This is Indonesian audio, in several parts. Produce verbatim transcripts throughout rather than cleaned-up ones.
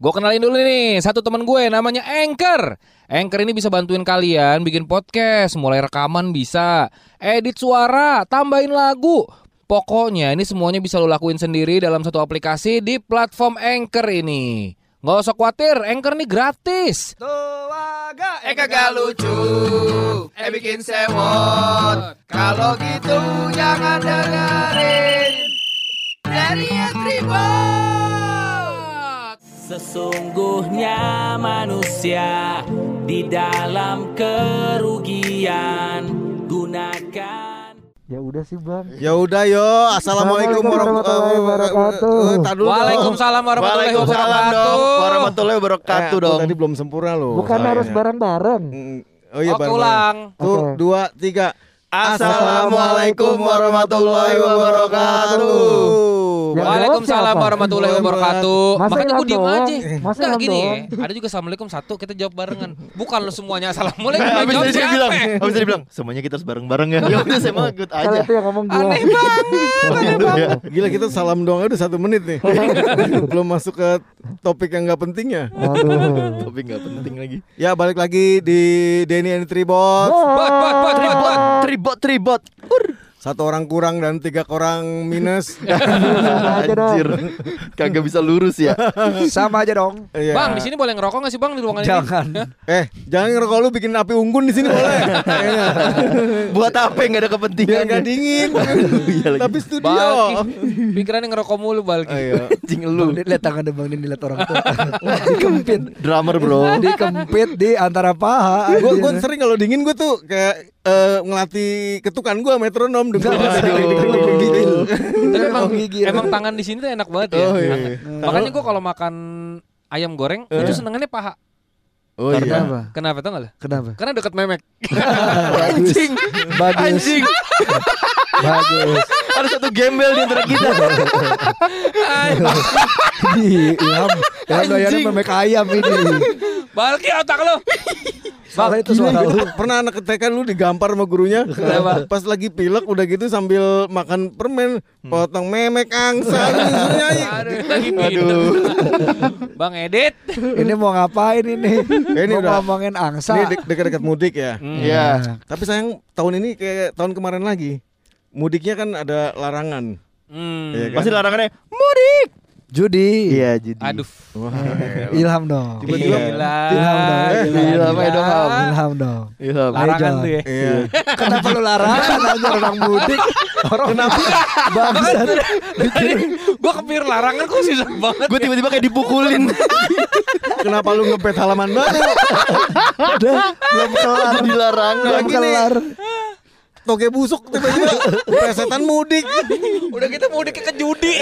Gue kenalin dulu nih, satu teman gue namanya Anchor. Anchor ini bisa bantuin kalian bikin podcast, mulai rekaman bisa, edit suara, tambahin lagu. Pokoknya ini semuanya bisa lo lakuin sendiri dalam satu aplikasi di platform Anchor ini. Gak usah khawatir, Anchor ini gratis. Tuaga, eh kagak lucu, eh bikin sewot. Kalau gitu jangan dengerin dari Tribot. Sesungguhnya manusia di dalam kerugian, gunakan. Ya udah sih bang. Ya udah yo. Assalamualaikum warahmatullahi wabarakatuh. Waalaikumsalam warahmatullahi wabarakatuh. Warahmatullahi wabarakatuh dong. Tadi belum sempurna loh. Bukan harus bareng-bareng. Oh iya, Oke, ulang. Tuh, dua, tiga. Assalamualaikum warahmatullahi wabarakatuh. Ya, Waalaikumsalam siapa? warahmatullahi wabarakatuh. Masa Makanya gue ilam diem doang? aja. Masa Nggak ilam gini ya. doang? Ada juga assalamualaikum satu, kita jawab barengan. Bukan lo semuanya assalamualaikum. Habis Jawab itu dia siapa? bilang, habis itu dia bilang, semuanya kita harus bareng-bareng ya. Ya udah saya mah ikut Kalau aja. itu yang ngomong gua. Aneh banget. Aneh banget. Gila, kita salam doang udah satu menit nih. Belum masuk ke topik yang gak pentingnya. Aduh. Tapi nggak penting lagi. Ya balik lagi di Denny and Tribot. Bot, bot, bot, bot, bot. Tribot, tribot. Satu orang kurang dan tiga orang minus. aja dong. Anjir, kagak bisa lurus ya. Sama aja dong. Iya. Bang, di sini boleh ngerokok nggak sih bang di ruangan ini? Jangan. Eh, jangan ngerokok lu bikin api unggun di sini boleh. Kayaknya. Buat apa nggak ada Biar kepentingan? gak dingin. Iya lagi. Tapi studio. Balki, pikirannya ngerokok mulu Balki. Ayo. Anjing lu. Lihat tangan Bang Din, lihat orang tua. Dikempit. Drummer bro. Dikempit di antara paha. Gue gue anjir. sering kalau dingin gue tuh kayak eh, ngelatih ketukan gue metronom dengan Aduh. Tapi emang, Gigil. emang tangan di sini tuh enak banget ya. Oh, iya. Hangat. Makanya gue kalau makan ayam goreng itu senengannya paha. Oh Karena iya. apa? Kenapa tau gak lah? Kenapa? Karena deket memek. Anjing. Bagus. Anjing. Bagus. Ada satu gembel di antara kita. Di Ilham. Ilham doyannya Anjing. memek ayam ini. Balki otak lo. Salah itu suara lu. Pernah anak T K lu digampar sama gurunya. Kenapa? Pas lagi pilek udah gitu sambil makan permen, potong memek angsa disuruh nyanyi. Aduh, lagi pinter. Bang Edit. Ini mau ngapain ini? Ini Mau udah- ngomongin angsa. Ini de- dekat-dekat mudik ya. Iya. Tapi sayang tahun ini kayak tahun kemarin lagi. Mudiknya kan ada larangan. Hmm. Iya kan? Masih larangannya mudik. Judi. Iya jadi. Aduh. Wah. Ilham dong. Tiba-tiba Gila. Ilham dong. Eh, Ilham, Ilham, ayo dong, Ham. Ilham dong. Iya. Larangan tuh ya. Iya. Kenapa lu larangan aja orang mudik? Orang kenapa? Bangsat. Gue kepikir larangan kok susah banget. Gue tiba-tiba kayak dipukulin. Kenapa lu ngepet halaman baru? Udah belum kelar. Di larangan. Belum Gini. kelar. Toge busuk tiba-tiba pesetan mudik. Udah kita mau ke judi.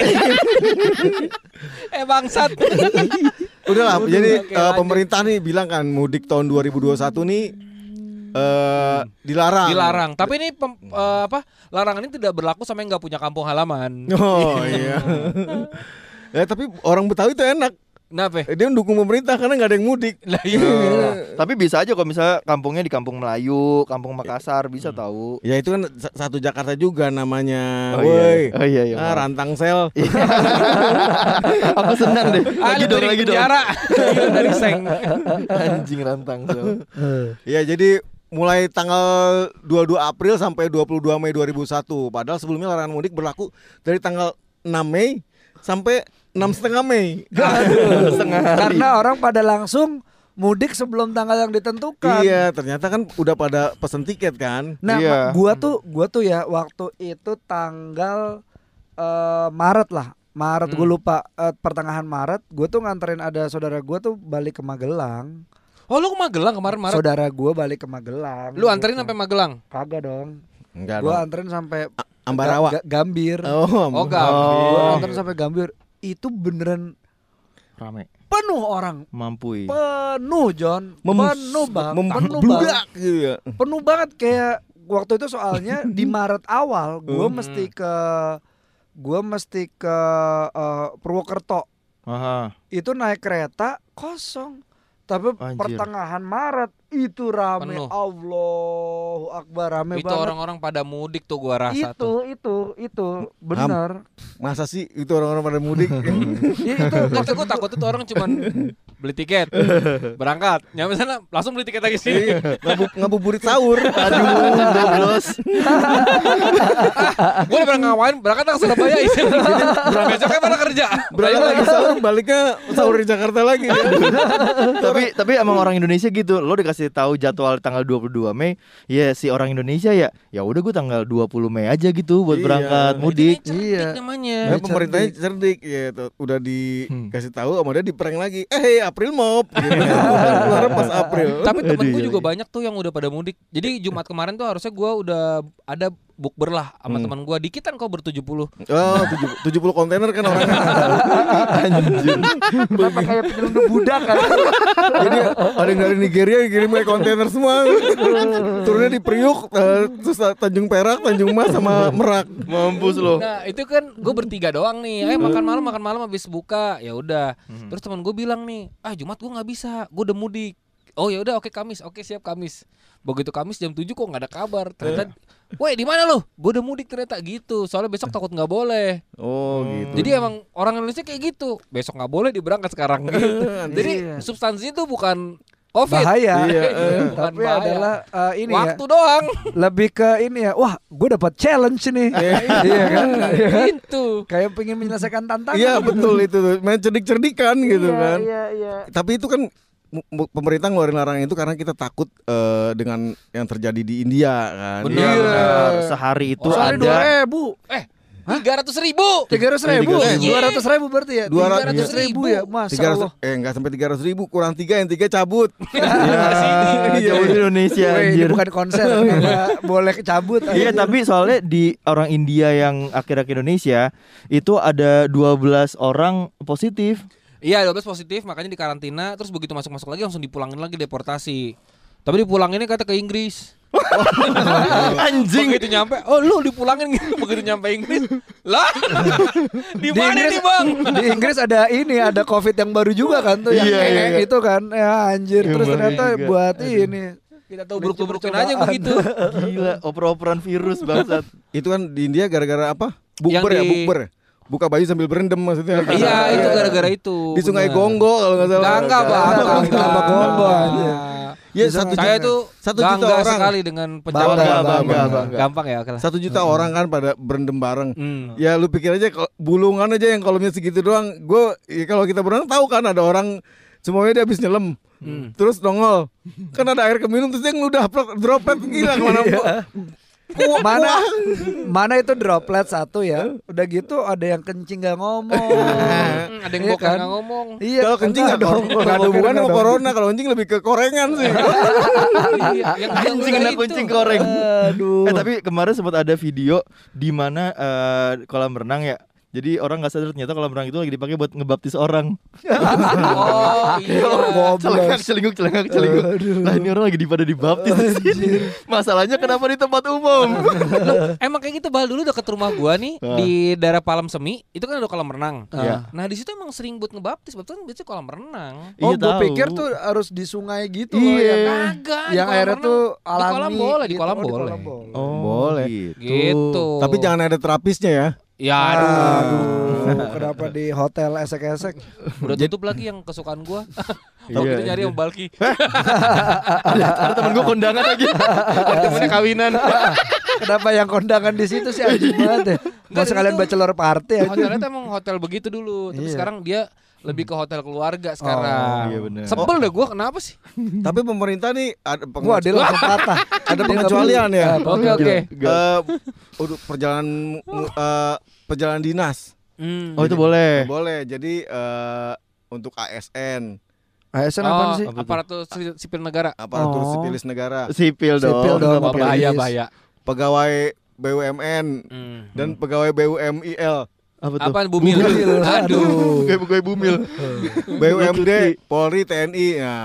eh bangsat. Udahlah, jadi Oke, eh, lanjut. pemerintah nih bilang kan mudik tahun dua ribu dua puluh satu nih eh dilarang. Dilarang. Tapi ini pem- eh, apa? Larangan ini tidak berlaku sampai nggak punya kampung halaman. Oh iya. Ya tapi orang Betawi itu enak. Kenapa? Dia mendukung pemerintah karena nggak ada yang mudik. Lah iya. Tapi bisa aja kalau misalnya kampungnya di Kampung Melayu, Kampung Makassar bisa tahu. Ya itu kan sa- satu Jakarta juga namanya. Oh, iya. Woi. Oh, iya, iya, Ah, maaf. rantang sel. Aku senang deh. Ah, Lagi lu dong, dari lagi dong. penjara. Iya, dari seng. Anjing rantang. So. Ya jadi mulai tanggal dua puluh dua April sampai dua puluh dua Mei dua ribu satu. Padahal sebelumnya larangan mudik berlaku dari tanggal enam Mei sampai enam setengah Mei. Setengah hari. Karena orang pada langsung mudik sebelum tanggal yang ditentukan. Iya, ternyata kan udah pada pesen tiket kan. Nah, Iya. ma- gua tuh gua tuh ya waktu itu tanggal eh, Maret lah. Maret gue lupa eh, pertengahan Maret, gue tuh nganterin ada saudara gue tuh balik ke Magelang. Oh lu ke Magelang kemarin Maret? Saudara gue balik ke Magelang. Lu anterin gitu. sampai Magelang? Kagak dong. Enggak Gue dong. anterin sampai Ambarawa. Ga- Ga- Gambir. Oh, Oh, am- Gambir. Gue Oh. anterin sampai Gambir. Itu beneran Rame. penuh orang. Mampu. Penuh John. Mem- penuh banget. mem- penuh membludak banget. gitu ya. Penuh banget kayak waktu itu soalnya di Maret awal gue Hmm. mesti ke gue mesti ke eh, Purwokerto. Aha. Itu naik kereta kosong. Tapi Anjir. pertengahan Maret itu rame. Penuh. Allahu Akbar, rame Itu banget. orang-orang pada mudik tuh gua rasa itu, tuh. itu, itu, benar. Masa sih itu orang-orang pada mudik? Iya, itu maksud gua takut tuh orang cuman beli tiket, berangkat, nyampe sana langsung beli tiket lagi sini. Ngabu- ngabuburit sahur. Aduh, doblos. Gua udah pernah ngawain berangkat ke Surabaya isi. Besoknya mana kerja? Berangkat lagi sahur, baliknya sahur di Jakarta lagi. tapi tapi emang orang Indonesia gitu. Lo dikasih tahu jadwal tanggal dua puluh dua Mei, ya si orang Indonesia ya, ya udah gue tanggal dua puluh Mei aja gitu buat Iya. berangkat mudik. Iya. Iya. namanya. Nah, pemerintahnya cerdik ya, tuh. Udah dikasih tahu sama dia diprank lagi. Eh, hey, April Mop gitu. Keluar pas April. Tapi temen Aduh, gue iya juga lagi. banyak tuh yang udah pada mudik. Jadi Jumat kemarin tuh harusnya gue udah ada bukber lah sama Hmm. teman gue. Dikitan kok bertujuh puluh. Oh, tujuh- tujuh puluh kontainer kan orangnya. Kenapa kayak penyelundup budak kan? Jadi ada yang dari Nigeria yang kirim kayak kontainer semua. Turunnya di Priuk, eh, terus Tanjung Perak, Tanjung Mas sama Merak. Mampus lo. Nah itu kan gue bertiga doang nih. Eh makan malam makan malam habis buka. Ya udah. Terus teman gue bilang nih, ah Jumat gue nggak bisa, gue udah mudik. Oh ya udah oke Kamis, oke siap Kamis. Begitu Kamis jam tujuh kok nggak ada kabar. Ternyata, woi di mana lo? Gue udah mudik ternyata gitu. Soalnya besok takut nggak boleh. Oh, gitu. Jadi emang orang Indonesia kayak gitu. Besok nggak boleh diberangkat sekarang gitu. Jadi Iya. substansinya tuh bukan COVID. Bahaya. Iya, eh. Bukan Tapi bahaya. adalah eh, ini Waktu ya. doang. Lebih ke ini ya. Wah, gue dapat challenge nih. Iya kan? Iya kan? Itu. Kayak pengen menyelesaikan tantangan. Iya betul itu tuh. Main cerdik-cerdikan gitu Iya, kan. Iya, iya. Tapi itu kan mu- mu- pemerintah ngeluarin larangan itu karena kita takut eh, dengan yang terjadi di India kan. Benar, Iya. Benar, sehari itu Soalnya dua ada ribu, Eh, tiga ratus ribu. tiga ratus ribu, Eh, dua ratus ribu berarti ya. Dua Tiga ratus ratus ribu ya, masya tiga ratus Allah. eh enggak sampai tiga ratus ribu, kurang tiga yang tiga cabut. Iya, jauh di Indonesia Weh, ini anjir. bukan konser, nggak boleh cabut. Iya, tapi soalnya di orang India yang akhir-akhir ke Indonesia itu ada dua belas orang positif. Iya, dua belas positif, makanya dikarantina. Terus begitu masuk-masuk lagi langsung dipulangin lagi deportasi. Tapi dipulanginnya kata ke Inggris. Anjing. Begitu nyampe, oh lu dipulangin gitu. Begitu nyampe Inggris, lah di Di mana Inggris, nih bang? di Inggris ada ini, ada COVID yang baru juga kan tuh, yang Iya, iya, ee iya. itu kan, ya anjir. Yang Terus baru ternyata juga. buat ini. Kita tahu buruk-burukin aja Percobaan. begitu. Gila, oper-operan virus bangsat. Itu kan di India gara-gara apa? Yang Bukber ya, di- bukber. Buka baju sambil berendam maksudnya. Iya, itu gara-gara itu. Di Sungai benar. Gonggo kalau nggak salah. Enggak, enggak, Bang. Enggak, Enggak, kenapa Gonggo aja? Ya, Di satu Saya juta- tuh satu juta bangga orang. sekali dengan Bangga, pencapaian. bangga, bangga. Gampang ya, oke lah. Satu juta orang kan pada berendam bareng. Hmm. Ya lu pikir aja kalau bulungan aja yang kolomnya segitu doang. Gue ya kalau kita berenang tahu kan ada orang semuanya dia habis nyelam. Hmm. Terus nongol. Kan ada air keminum terus dia ngeludah plak- droplet gila kemana Mana mana itu droplet satu ya. Udah gitu ada yang kencing gak ngomong. Hmm, ada yang Iya bokeh kan? nggak ngomong. Iya, Kalau kencing enggak nggak dong. nggak ada Kalau hubungan enggak sama dong. corona. Kalau kencing lebih ke korengan sih. Iya, yang Anjing kena kuncing koreng. Aduh. Eh tapi kemarin sempat ada video di mana eh, kolam renang ya. Jadi orang nggak sadar ternyata kolam renang itu lagi dipakai buat ngebaptis orang. Oh iya. Celengak celinguk celengak celinguk. Lah ini orang lagi di pada dibaptis di sini. Masalahnya kenapa di tempat umum? Emang kayak gitu, Bal, dulu deket rumah gua nih Ah. di daerah Palem Semi itu kan ada kolam renang. Iya. Nah di situ emang sering buat ngebaptis, baptis kan biasanya kolam renang. Oh, Iya, gue tahu. pikir tuh harus di sungai gitu loh, Iya. yang, Kagak. di yang kolam airnya renang. tuh Di alami. kolam boleh, di gitu. kolam Oh, boleh. Oh, Boleh. Gitu. Tapi jangan ada terapisnya ya. Ya aduh. Aduh, kenapa di hotel esek-esek? Udah tutup lagi yang kesukaan gua. Waktu Iya, itu nyari iya. yang bulky. Ada temen gue kondangan lagi. Temennya kawinan. Kenapa yang kondangan di situ sih anjing banget ya? Mau Nggak, sekalian itu- bachelor party ya. Hotelnya tuh emang hotel begitu dulu, tapi Iya. sekarang dia lebih ke hotel keluarga sekarang. Oh, iya bener. Sebel deh gua kenapa sih? Tapi pemerintah nih ada Gua dia langsung patah. ada pengecualian ya. Oke oke. Eh, untuk perjalanan mu- eh, perjalanan dinas. Hmm. Oh itu boleh. Boleh. Jadi eh, untuk A S N, A S N apaan sih? Apa tuh? Aparatur si- sipil negara. aparatur Oh. sipilis negara, Sipil dong. Sipil dong. Wah, Please. bahaya bahaya. pegawai B U M N Hmm. dan pegawai B U M I L, Apa tuh? Apaan bumil? Bumil. Aduh. Gue gue bumil. B U M D, Polri, T N I. Nah,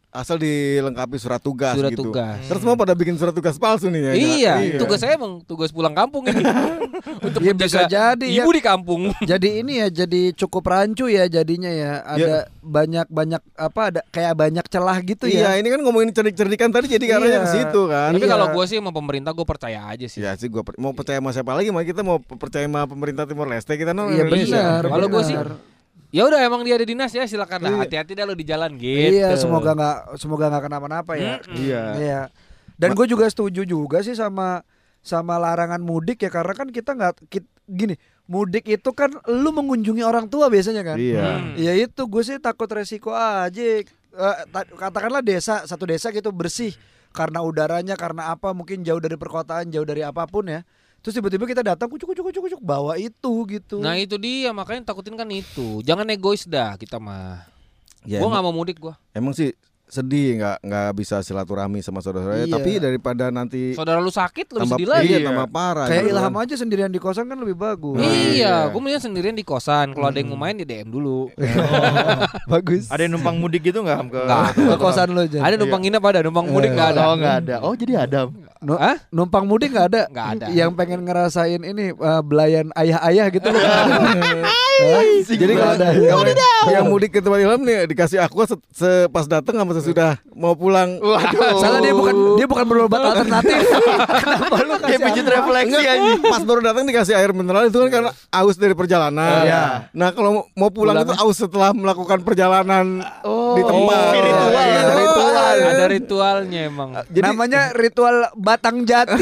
asal dilengkapi surat tugas Surat gitu. tugas. Terus semua pada bikin surat tugas palsu nih ya. Iya, iya. tugas saya emang tugas pulang kampung ini. Untuk Iya, bisa menjaga jadi ya. ibu di kampung. Jadi ini ya jadi cukup rancu ya jadinya ya. Ada banyak-banyak apa ada kayak banyak celah gitu Iya, ya. ini kan ngomongin cerdik-cerdikan tadi jadi Iya. karena ke situ kan. Tapi Iya. kalau gue sih sama pemerintah gue percaya aja sih. Ya sih gua per- mau percaya sama siapa lagi, mah kita mau percaya sama pemerintah Timor Leste kita no Iya Indonesia. benar. Kalau gue benar. sih ya udah emang dia ada dinas ya silakan lah Iya. hati-hati dah lo di jalan gitu. Iya, semoga nggak semoga nggak kenapa-napa ya. Iya. Iya. Dan gue juga setuju juga sih sama sama larangan mudik ya karena kan kita nggak kit- gini mudik itu kan lu mengunjungi orang tua biasanya kan. Iya. Hmm. Ya itu gue sih takut resiko aja. Eh, ta- katakanlah desa satu desa gitu bersih karena udaranya karena apa mungkin jauh dari perkotaan jauh dari apapun ya. Terus tiba-tiba kita datang kucuk kucuk kucuk kucuk bawa itu gitu. Nah itu dia makanya takutin kan itu. Jangan egois dah kita mah. Ya, Gue emang, nggak mau mudik gue. emang sih sedih nggak nggak bisa silaturahmi sama saudara-saudara, Iya. tapi daripada nanti Saudara lu sakit lebih tambah sedih lagi. iya, Iya. tambah parah. Kayak gitu Ilham kan. aja sendirian di kosan kan lebih bagus. Nah, Iya, iya. gue mendingan sendirian di kosan. Kalau ada yang mau main di D M dulu. Bagus. Ada yang numpang mudik gitu nggak Ham, ke? Nggak. Ke kosan lo aja. Ada numpang nginep ada, numpang mudik nggak ada. Oh nggak ada. Oh jadi ada. Nu- Hah? Numpang mudik nggak ada? Nggak ada. Yang pengen ngerasain ini uh, belayan ayah-ayah gitu loh. Hah? Jadi Nggak kalau ada. kalau yang mudik ke tempat Ilham nih dikasih aqua se- se- pas datang sama sesudah mau pulang. Waduh. Salah dia bukan dia bukan berobat alternatif. Kenapa lu Kayak kasih pijit apa? refleksi Enggak, aja. pas baru datang dikasih air mineral itu kan karena aus dari perjalanan. Iya. Nah kalau mau pulang, Pulang. itu aus setelah melakukan perjalanan Oh, di tempat. spiritual. Iya, Ada ritual. Ada ritualnya emang. Jadi Namanya ritual Batang Jati.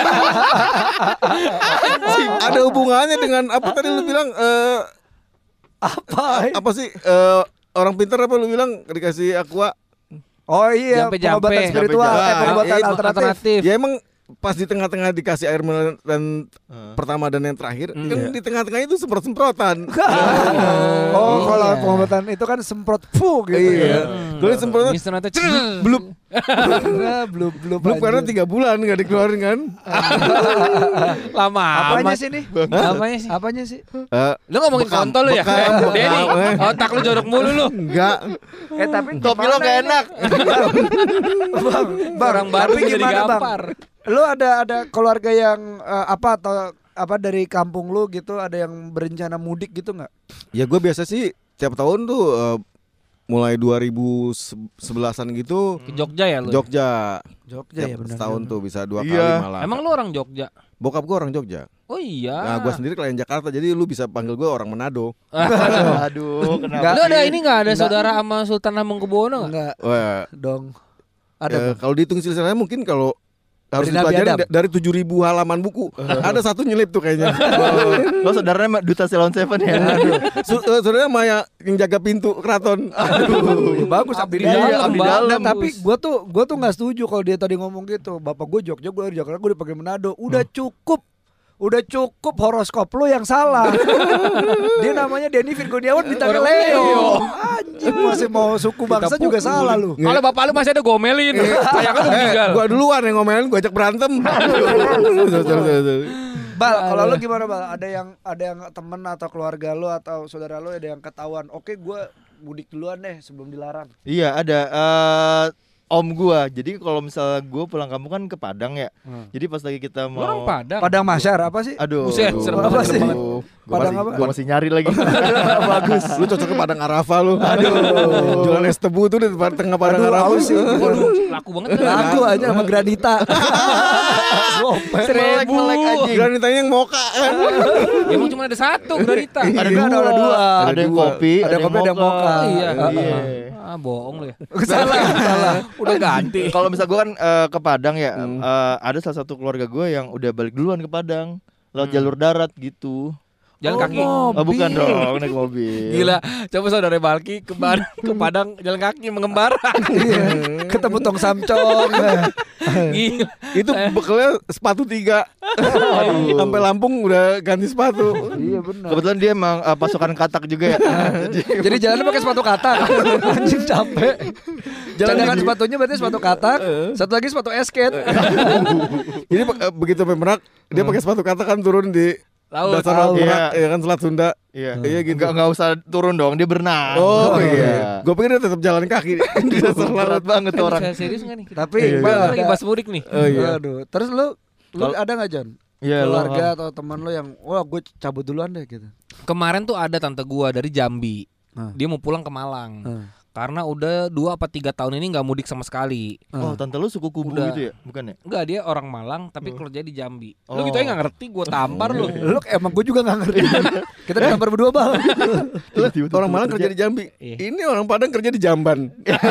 ada hubungannya dengan apa tadi lu bilang eh, Apa? apa sih eh, orang pintar apa lu bilang dikasih aqua? Oh iya, Jampe-jampe. pengobatan spiritual, Jampe-jampe. eh, pengobatan Ah, iya, alternatif. Ya emang pas di tengah-tengah dikasih air mineral dan pertama dan yang terakhir Hmm. kan di tengah-tengah itu semprot-semprotan. Oh, Iya. kalau pengobatan itu kan semprot fu gitu. Iya. Hmm. Kalau semprotan Mister Nata belum Nah, belum belum. belum karena anjir. tiga bulan nggak dikeluarin kan? lama Apanya amat. sih nih? Apanya sih? Apanya sih? Eh, Lu ngomongin Bekam, kontol lu ya? bekam, bekam, Denny, eh. otak lu jorok mulu lu. enggak. Eh tapi Kopi lo gak enak. Bang, bang, Orang baru tapi bisa gimana bang? digampar. Lu ada ada keluarga yang eh, apa atau apa dari kampung lu gitu ada yang berencana mudik gitu nggak? Ya gue biasa sih tiap tahun tuh eh, mulai dua ribu sebelasan gitu Ke Jogja ya lu? Jogja. Jogja ya Tiap benar. setahun tuh bisa dua Iya. kali malah. Emang lu orang Jogja? Bokap gue orang Jogja. Oh iya. Nah gue sendiri klien Jakarta, jadi lu bisa panggil gue orang Manado. Aduh, Nggak. kenapa? Lu ada ini nggak ada Nggak. saudara sama Sultan Hamengkubuwono nggak? Enggak Wah, dong. Ada eh, bang. kalau dihitung silsilahnya mungkin kalau harus Dari Nabi dipelajari Adam. da- dari tujuh ribu halaman buku ada satu nyelip tuh kayaknya. Lo saudaranya duta Ceylon Seven ya? Su- eh, Saudara Maya yang jaga pintu keraton. Ya, bagus abdi Abdi dalam. dalam, abdi Bang. dalam. Nah, tapi Bagus. gue tuh gue tuh nggak setuju kalau dia tadi ngomong gitu. Bapak gue Jogja, gue dari Jakarta, gue dipanggil Manado. Udah cukup. Udah cukup horoskop lu yang salah. Dia namanya Denny Virgoniawan bintang Orang Leo. Leo. Anjing masih mau suku bangsa Kita juga pukul. salah lu. Kalau bapak lu masih ada gomelin, kayak kan udah meninggal. Eh, gua duluan yang ngomelin, gua ajak berantem. Sorry, sorry, sorry. Bal, kalau lu gimana Bal? Ada yang ada yang temen atau keluarga lu atau saudara lu ada yang ketahuan. Oke, gue mudik duluan deh sebelum dilarang. Iya ada. eh, Om gua. Jadi kalau misalnya gua pulang kampung kan ke Padang ya. Hmm. Jadi pas lagi kita Lu mau orang Padang. Padang Masyar apa sih? Aduh. Buset, aduh, serem aduh, banget sih. aduh. Gua Padang masih, apa? gua masih nyari lagi. Bagus. Lu cocok ke Padang Arafah lu. Aduh. Jualan es tebu tuh di depan tengah Padang Aduh, Arafah. aus sih. Laku banget kan? Lagu aja sama Granita. Gopek. Melek, melek anjing. Granitanya yang moka kan. Ya, emang cuma ada satu Granita. Ada dua, ada dua. Ada yang dua. kopi, Ada kopi, ada yang mocha. Iya. Iya. Ah, bohong lu ya. Salah, salah. Udah ganti. Kalau misal gue kan eh, ke Padang ya, eh, ada salah satu keluarga gue yang udah balik duluan ke Padang lewat jalur darat gitu. Jalan kaki. Oh bukan dong, naik mobil. Gila, coba saudara Balki ke Padang, ke Padang jalan kaki mengembara. Iya. Ketemu tong samcong. Gila. Itu bekalnya sepatu tiga. Sampai Lampung udah ganti sepatu. Iya benar. Kebetulan dia emang eh, pasukan katak juga ya. Jadi Jadi jalan pakai sepatu katak. Anjing capek. Cadangan sepatunya berarti sepatu katak, satu lagi sepatu esket. Jadi eh, begitu sampai Merak, dia pakai sepatu kata kan turun di Laut. Dasar Laut. Merak, Iya. ya kan Selat Sunda. Iya, Iya gitu. Nggak nggak usah turun dong, dia berenang. Oh iya. Gue pikir dia tetap jalan kaki di dasar Berat laut. banget tuh orang. Bisa serius nggak nih? kita? Tapi Iya, Iqbal Kita ada. lagi bahas mudik nih. Oh iya. Aduh, terus lu lu Kalau- ada nggak John? Iya, lo, Keluarga Ham. atau teman lu yang wah gue cabut duluan deh gitu. Kemarin tuh ada tante gua dari Jambi. Ah. Dia mau pulang ke Malang. Ah. Karena udah dua apa tiga tahun ini nggak mudik sama sekali. Oh, tante lu suku kubu Udah. gitu ya? Bukan ya? Enggak, dia orang Malang tapi kerja di Jambi. Lu Oh. gitu aja nggak ngerti, gua tampar lu. Lu emang gue juga nggak ngerti. Kita ditampar berdua bang. Tiba-tiba Orang Malang kerja di Jambi. Iya. Ini orang Padang kerja di Jamban.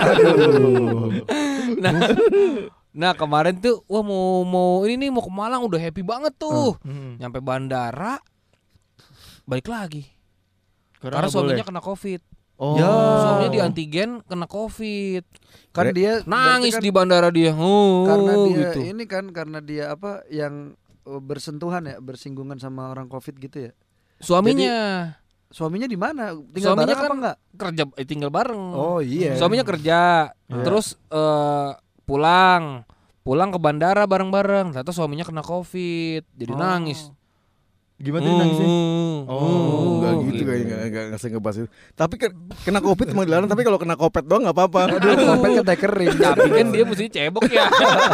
Nah, nah kemarin tuh wah mau mau ini nih mau ke Malang udah happy banget tuh. Hmm. Nyampe bandara balik lagi. Karena Karena, nggak suaminya boleh. kena Covid. Oh. Ya. Suaminya di antigen kena Covid. Kan dia Nangis berarti di bandara dia. Oh, kan, karena dia gitu. ini kan karena dia apa yang uh, bersentuhan ya bersinggungan sama orang covid gitu ya. Suaminya Suaminya di mana? Tinggal Suaminya bareng kan apa enggak? kerja eh, tinggal bareng. Oh iya. Suaminya kerja, Iya. terus eh, pulang, pulang ke bandara bareng-bareng. Ternyata suaminya kena Covid, jadi Oh. nangis. Gimana tuh nangisnya? Oh, Oh, Enggak gitu kayaknya enggak enggak enggak saya ngebahas itu. Tapi kan kena Covid emang dilarang, tapi kalau kena kopet doang enggak apa-apa. Aduh, kopet kan teh kering. Tapi kan dia mesti cebok ya.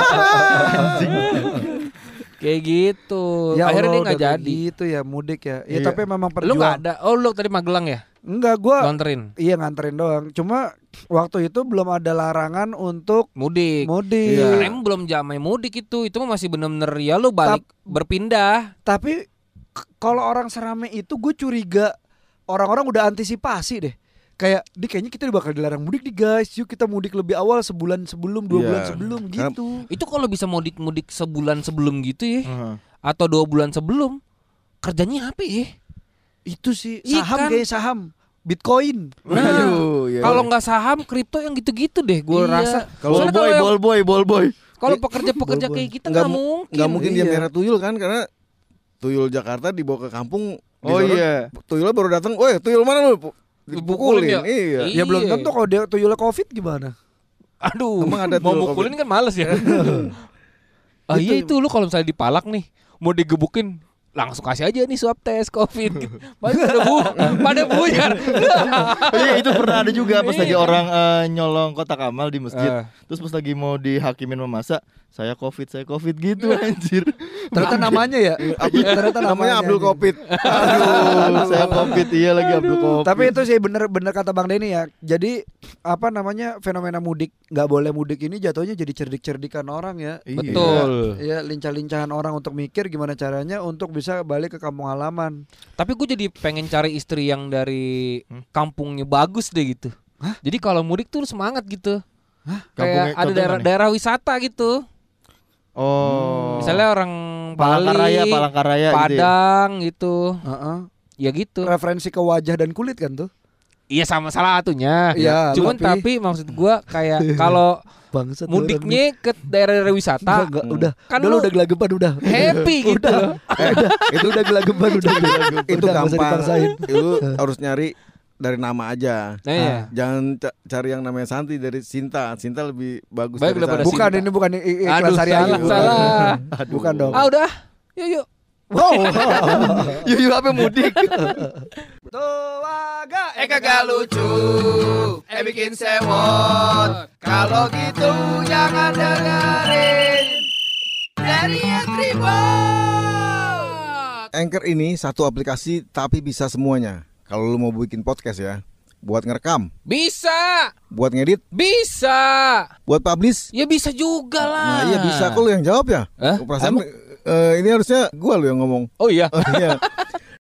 Kayak gitu. Ya Akhirnya Allah, dia nggak udah kayak jadi. Gitu ya mudik ya. Ya Iya. tapi memang Lu perjuang. nggak ada? Oh lu tadi Magelang ya? Enggak, gua Nganterin iya nganterin doang. Cuma waktu itu belum ada larangan untuk mudik. mudik. Karena emang belum jamai mudik itu. Itu mah masih bener-bener ya lu balik berpindah. Tapi k- kalau orang serame itu gue curiga orang-orang udah antisipasi deh. Kayak di kayaknya kita bakal dilarang mudik nih guys. Yuk kita mudik lebih awal sebulan sebelum, dua Iya. bulan sebelum Karena- gitu. Itu kalau bisa mudik-mudik sebulan sebelum gitu ya, Heeh. atau dua bulan sebelum, kerjanya apa ya? Itu sih Iya saham kan? kayak saham Bitcoin. Nah, Aduh, iya. kalau nggak saham, kripto yang gitu-gitu deh, gue Iya. rasa. Kalau Ball Soalnya kalau boy, yang- ball boy, ball boy. kalau pekerja-pekerja Bol-bol. kayak kita Nggak nggak mu- mungkin. Enggak mungkin dia Iya. merah tuyul kan karena tuyul Jakarta dibawa ke kampung. di Oh sono, iya. Tuyulnya baru datang, "Woi, tuyul mana lu?" Pu- Dipukulin ya? Dipukulin. Iya. Ya belum Iya. tentu kalau dia tuyulnya covid gimana. Aduh, Emang ada mau tuyul mukulin kan males ya. Ah iya itu lu kalau misalnya dipalak nih, mau digebukin langsung kasih aja nih swab tes covid. Pada bu, pada buyar. Oh iya, itu pernah ada juga pas lagi Iya. orang eh, nyolong kotak amal di masjid. Ah. Terus pas lagi mau dihakimin memasak, saya covid, saya covid gitu anjir. Ternyata namanya ya. Ternyata Namanya Abdul anjing. Kopit. Aduh, saya covid, iya lagi Abdul covid. Tapi itu sih bener-bener kata Bang Denny ya. Jadi apa namanya fenomena mudik nggak boleh mudik ini jatuhnya jadi cerdik-cerdikan orang ya. Betul. Ya lincah-lincahan orang untuk mikir gimana caranya untuk bisa balik ke kampung halaman. Tapi gue jadi pengen cari istri yang dari kampungnya bagus deh gitu. Jadi kalau mudik tuh semangat gitu. Kampungnya- Kayak ada contohnya daerah nih? daerah wisata gitu. Oh. Misalnya orang Bali, Palangkaraya, Palangkaraya gitu ya. Padang gitu. Heeh. Ya gitu. Referensi ke wajah dan kulit kan tuh. Iya sama salah satunya. Iya, Cuman tapi- tapi, maksud gua kayak kalau Bangsat lu orang mudiknya ke daerah-daerah wisata Enggak, enggak, udah. Kan udah lu lu- udah gelagapan udah. happy gitu. itu udah gelagapan udah. itu Udah, nggak usah gampang. dipaksain. Itu harus nyari dari nama aja. Nah, iya. Jangan ca- cari yang namanya Santi dari Sinta. Sinta lebih bagus Baik dari daripada Santi. Bukan Sinta. ini bukan i- i- iklan Aduh, sari salah, ayu. salah. Bukan dong. Ah udah. Yuk yuk. Wow. Yuk yuk apa mudik? Tuaga Eh kagak lucu, eh bikin sewot. Kalau gitu jangan dengerin dari yang ribut. Anchor ini satu aplikasi tapi bisa semuanya. Kalau lu mau bikin podcast ya, buat ngerekam, Bisa. buat ngedit, Bisa. buat publish. Ya bisa juga lah. Nah, iya bisa. Kok lu yang jawab ya? Hah? Perasaan eh, ini harusnya gua lu yang ngomong. Oh iya. Oh iya.